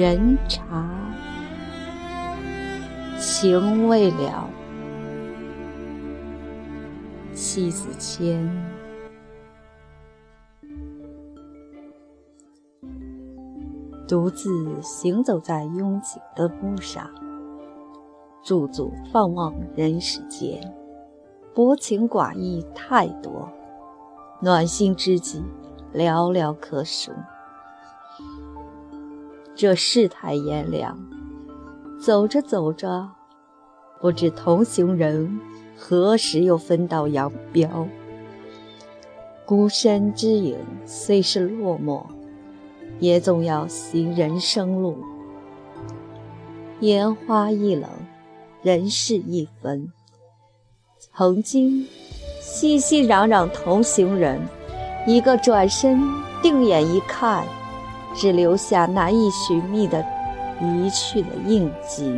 人茶情未了，妻子谦。独自行走在拥挤的路上，驻足放望人世间，薄情寡义太多，暖心知己寥寥可数。这世态炎凉，走着走着，不知同行人何时又分道扬镳。孤身之影虽是落寞，也总要行人生路。烟花易冷，人事易分。曾经熙熙攘攘同行人，一个转身，定眼一看，只留下难以寻觅的离去的印记。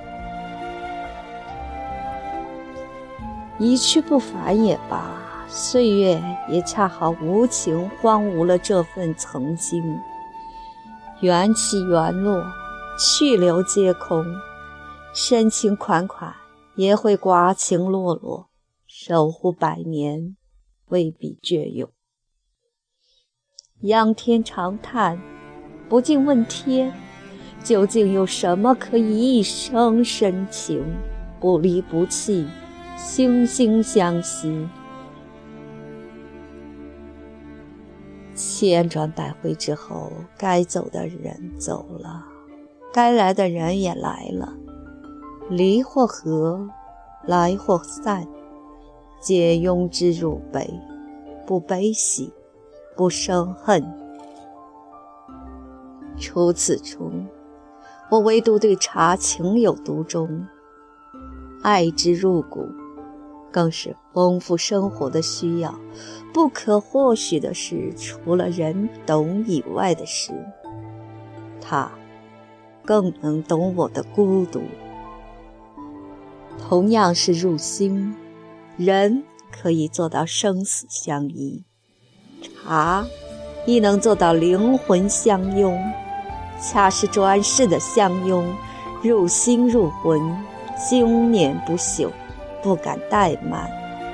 一去不返也罢，岁月也恰好无情荒芜了这份曾经。缘起缘落，去留皆空，深情款款也会刮情落落，守护百年未必隽永。仰天长叹，不禁问天，究竟有什么可以一生深情，不离不弃，惺惺相惜？千转百回之后，该走的人走了，该来的人也来了，离或合，来或散，皆庸之入悲，不悲喜，不生恨。除此中，我唯独对茶情有独钟，爱之入骨，更是丰富生活的需要。不可或许的是，除了人懂以外的事，它更能懂我的孤独。同样是入心，人可以做到生死相依，茶亦能做到灵魂相拥，恰是转世的相拥，入心入魂，经年不朽，不敢怠慢。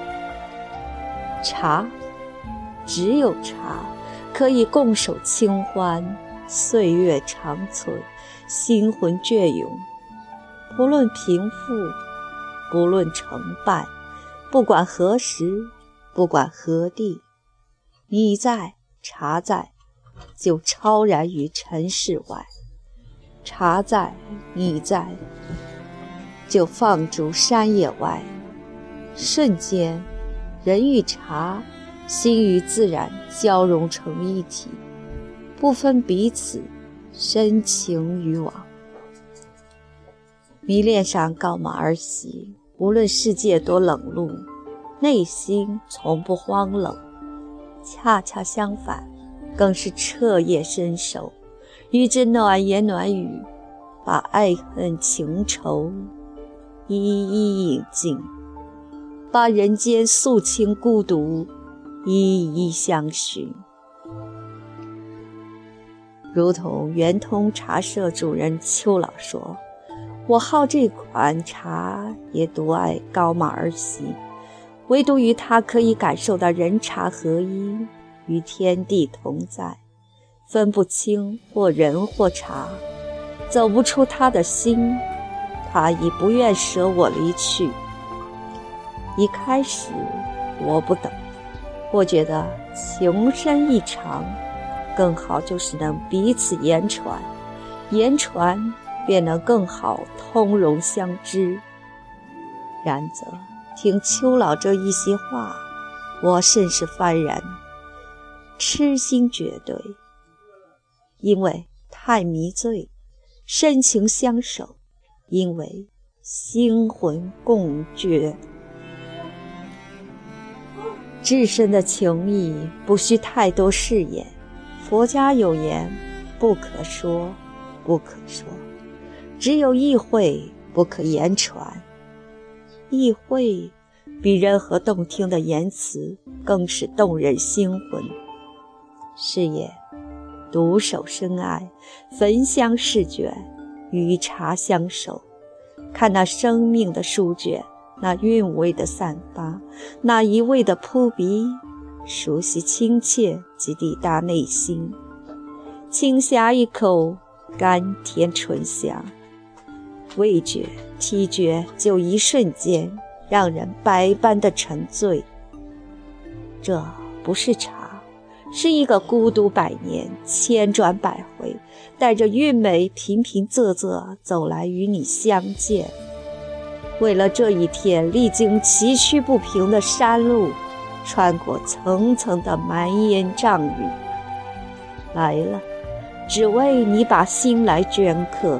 茶，只有茶可以共守清欢，岁月长存，心魂隽永。不论贫富，不论成败，不管何时，不管何地，你在，茶在，就超然于尘世外；茶在，你在，就放逐山野外。瞬间，人与茶，心与自然交融成一体，不分彼此，深情于往。迷恋上高马儿媳，无论世界多冷露，内心从不荒冷，恰恰相反，更是彻夜深守，与之暖言暖语，把爱恨情仇一一饮尽，把人间素清孤独一一相寻。如同圆通茶社主人邱老说，我好这款茶，也独爱高马儿媳，唯独于他可以感受到人茶合一，与天地同在，分不清或人或茶，走不出他的心，他已不愿舍我离去。一开始我不懂，我觉得情深意长，更好就是能彼此言传，言传便能更好通融相知。然则听邱老这一席话，我甚是幡然，痴心绝对，因为太迷醉；深情相守，因为心魂共绝。至深的情谊不需太多誓言，佛家有言，不可说，不可说，只有意会，不可言传。意会比任何动听的言辞更是动人心魂。是也， 独守深爱，焚香试卷，与茶相守，看那生命的书卷，那韵味的散发，那一味的扑鼻，熟悉亲切及抵达内心，轻呷一口，甘甜醇香，味觉体觉就一瞬间让人百般的沉醉。这不是茶，是一个孤独百年，千转百回，带着韵美平平仄仄走来与你相见。为了这一天，历经崎岖不平的山路，穿过层层的蛮烟瘴雨，来了，只为你把心来镌刻。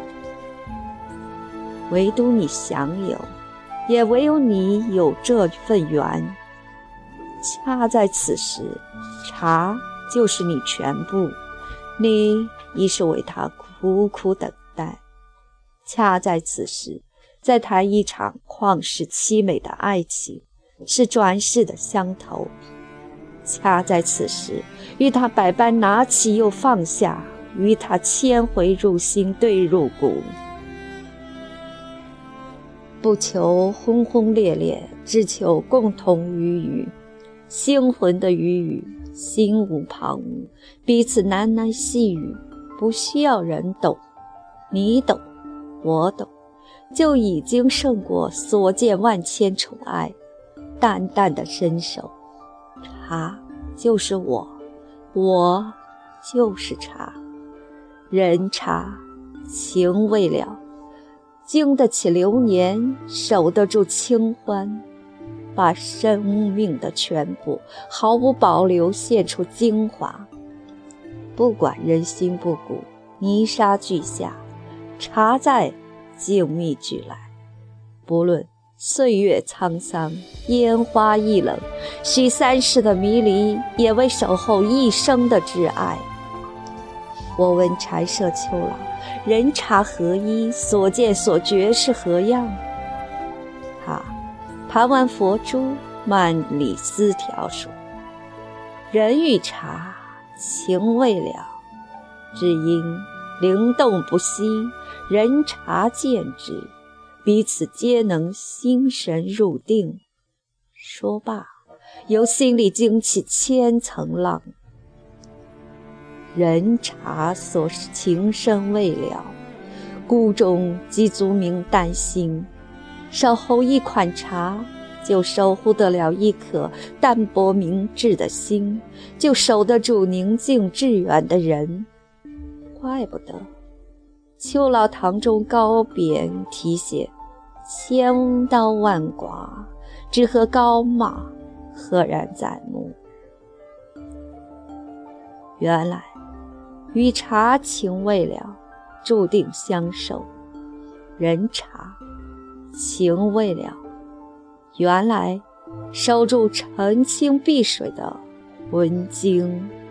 唯独你享有，也唯有你有这份缘。恰在此时，茶就是你全部，你已是为它苦苦等待。恰在此时，再谈一场旷世凄美的爱情，是转世的相投。恰在此时，与他百般拿起又放下，与他千回入心对入骨。不求轰轰烈烈，只求共同语语。星魂的语语，心无旁骛，彼此喃喃细语，不需要人懂，你懂，我懂，就已经胜过所见万千宠爱。淡淡的伸手，茶就是我，我就是茶。人茶情未了，经得起流年，守得住清欢，把生命的全部毫无保留献出精华。不管人心不古，泥沙俱下，茶在，静谧俱来。不论岁月沧桑，烟花易冷，许三世的迷离，也为守候一生的挚爱。我问禅社秋老，人茶合一，所见所觉是何样？他盘完佛珠，慢理丝条说：人与茶情未了，只因灵动不息，人茶见之，彼此皆能心神入定。说罢，由心里惊起千层浪。人茶所情深未了，故中即足明丹心。守候一款茶，就守护得了一颗淡泊明志的心，就守得住宁静致远的人。怪不得秋老堂中高匾题写千刀万剐，只和高马赫然在目。原来与茶情未了，注定相守。人茶情未了，原来守住澄清碧水的魂经。